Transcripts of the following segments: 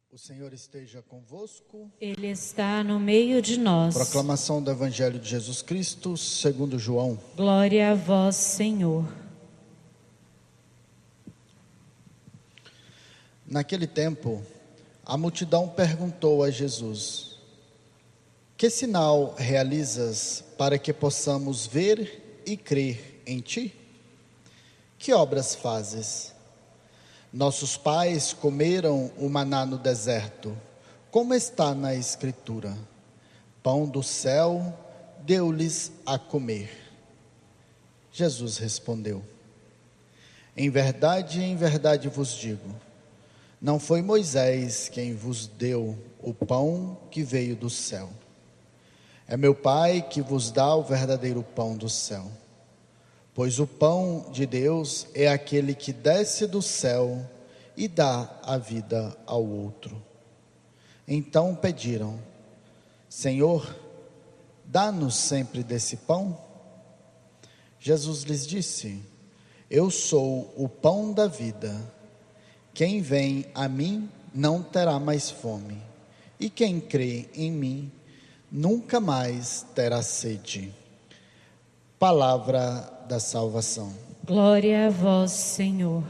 O Senhor esteja convosco. Ele está no meio de nós. Proclamação do Evangelho de Jesus Cristo, segundo João. Glória a vós, Senhor. Naquele tempo, a multidão perguntou a Jesus: Que sinal realizas para que possamos ver e crer em ti? Que obras fazes? Nossos pais comeram o maná no deserto, como está na Escritura: pão do céu deu-lhes a comer. Jesus respondeu: em verdade vos digo, não foi Moisés quem vos deu o pão que veio do céu. É meu Pai que vos dá o verdadeiro pão do céu. Pois o pão de Deus é aquele que desce do céu e dá a vida ao outro. Então pediram: Senhor, dá-nos sempre desse pão. Jesus lhes disse: Eu sou o pão da vida. Quem vem a mim não terá mais fome, e quem crê em mim nunca mais terá sede. Palavra da salvação. Glória a vós, Senhor.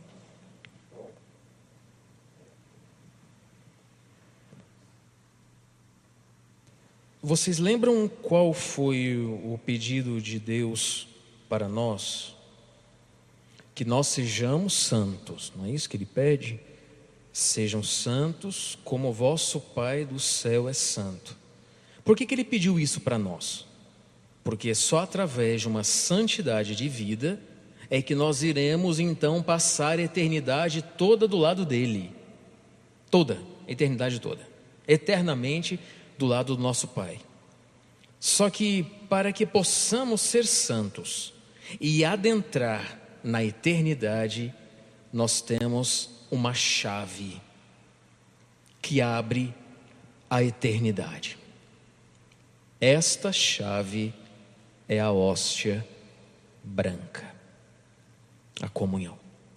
Vocês lembram qual foi o pedido de Deus para nós? Que nós sejamos santos, não é isso que Ele pede? Sejam santos como o vosso Pai do céu é santo. Por que Ele pediu isso para nós? Porque só através de uma santidade de vida é que nós iremos então passar a eternidade toda do lado dele. Toda, a eternidade toda. Eternamente do lado do nosso Pai. Só que para que possamos ser santos e adentrar na eternidade, nós temos uma chave que abre a eternidade. Esta chave é a hóstia branca, a comunhão.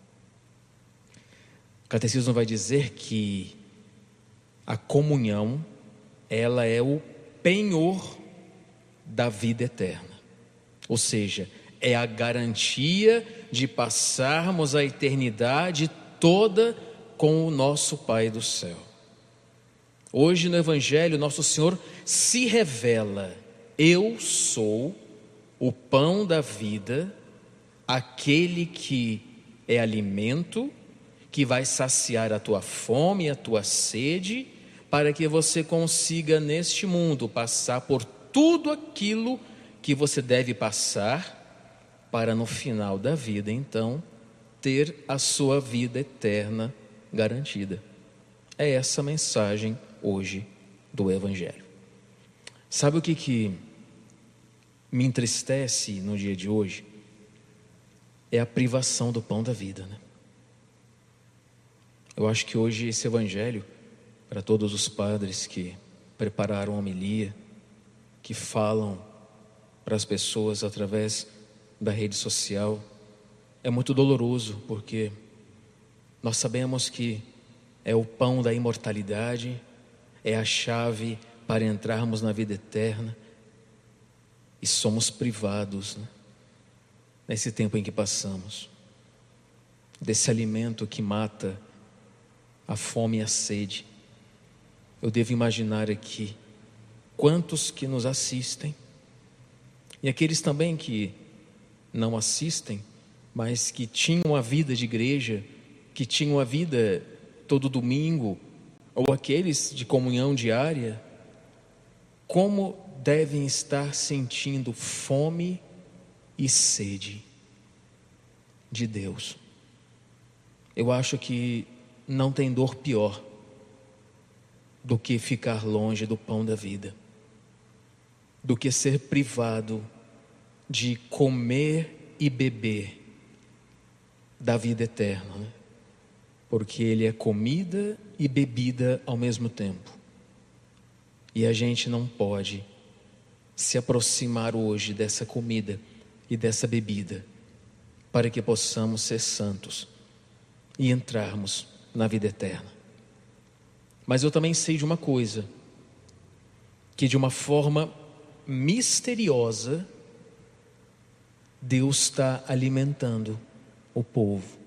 O catecismo vai dizer que a comunhão, ela é o penhor da vida eterna. Ou seja, é a garantia de passarmos a eternidade toda com o nosso Pai do céu. Hoje no Evangelho, nosso Senhor se revela: eu sou o pão da vida, aquele que é alimento, que vai saciar a tua fome e a tua sede, para que você consiga neste mundo passar por tudo aquilo que você deve passar, para no final da vida então ter a sua vida eterna garantida. É essa a mensagem hoje do Evangelho. Sabe o que me entristece no dia de hoje? É a privação do pão da vida, né? Eu acho que hoje esse Evangelho, para todos os padres que prepararam a homilia, que falam para as pessoas através da rede social, é muito doloroso, porque nós sabemos que é o pão da imortalidade, é a chave para entrarmos na vida eterna, e somos privados, né, nesse tempo em que passamos, desse alimento que mata a fome e a sede. Eu devo imaginar aqui quantos que nos assistem, e aqueles também que não assistem, mas que tinham a vida de igreja, que tinham a vida todo domingo, ou aqueles de comunhão diária, como devem estar sentindo fome e sede de Deus. Eu acho que não tem dor pior do que ficar longe do pão da vida, do que ser privado de comer e beber da vida eterna, né? Porque Ele é comida e bebida ao mesmo tempo. E a gente não pode se aproximar hoje dessa comida e dessa bebida, para que possamos ser santos e entrarmos na vida eterna. Mas eu também sei de uma coisa, que de uma forma misteriosa, Deus está alimentando o povo.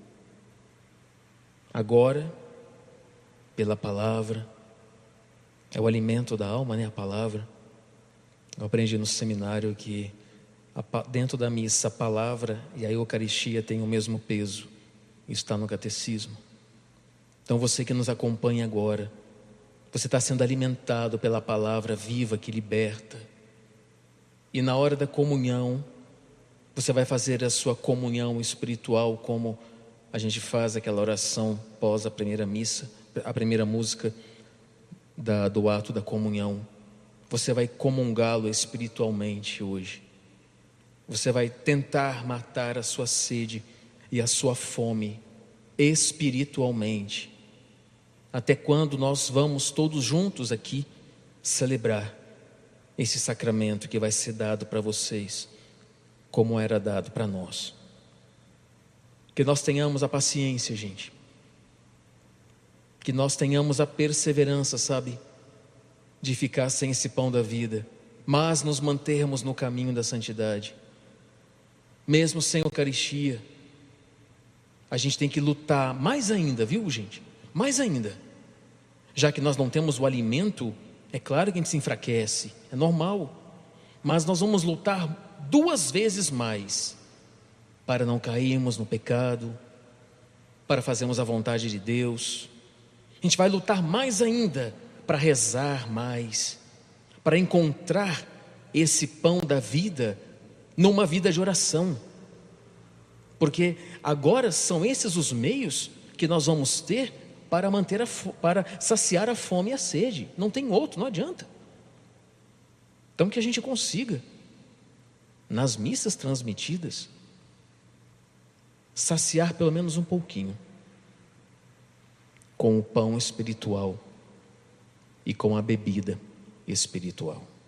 Agora, pela palavra, é o alimento da alma, né? A palavra. Eu aprendi no seminário que dentro da missa a palavra e a Eucaristia têm o mesmo peso. Isso está no catecismo. Então você que nos acompanha agora, você está sendo alimentado pela palavra viva que liberta. E na hora da comunhão, você vai fazer a sua comunhão espiritual, como a gente faz aquela oração pós a primeira missa, a primeira música do ato da comunhão. Você vai comungá-lo espiritualmente hoje. Você vai tentar matar a sua sede e a sua fome espiritualmente. Até quando nós vamos todos juntos aqui celebrar esse sacramento que vai ser dado para vocês, como era dado para nós. Que nós tenhamos a paciência, gente. Que nós tenhamos a perseverança, sabe? De ficar sem esse pão da vida, mas nos mantermos no caminho da santidade. Mesmo sem Eucaristia, a gente tem que lutar mais ainda, viu, gente? Mais ainda. Já que nós não temos o alimento, é claro que a gente se enfraquece, é normal. Mas nós vamos lutar 2 vezes mais para não cairmos no pecado, para fazermos a vontade de Deus. A gente vai lutar mais ainda para rezar mais, para encontrar esse pão da vida numa vida de oração. Porque agora são esses os meios que nós vamos ter para para saciar a fome e a sede. Não tem outro, não adianta. Então que a gente consiga, nas missas transmitidas, saciar pelo menos um pouquinho com o pão espiritual e com a bebida espiritual.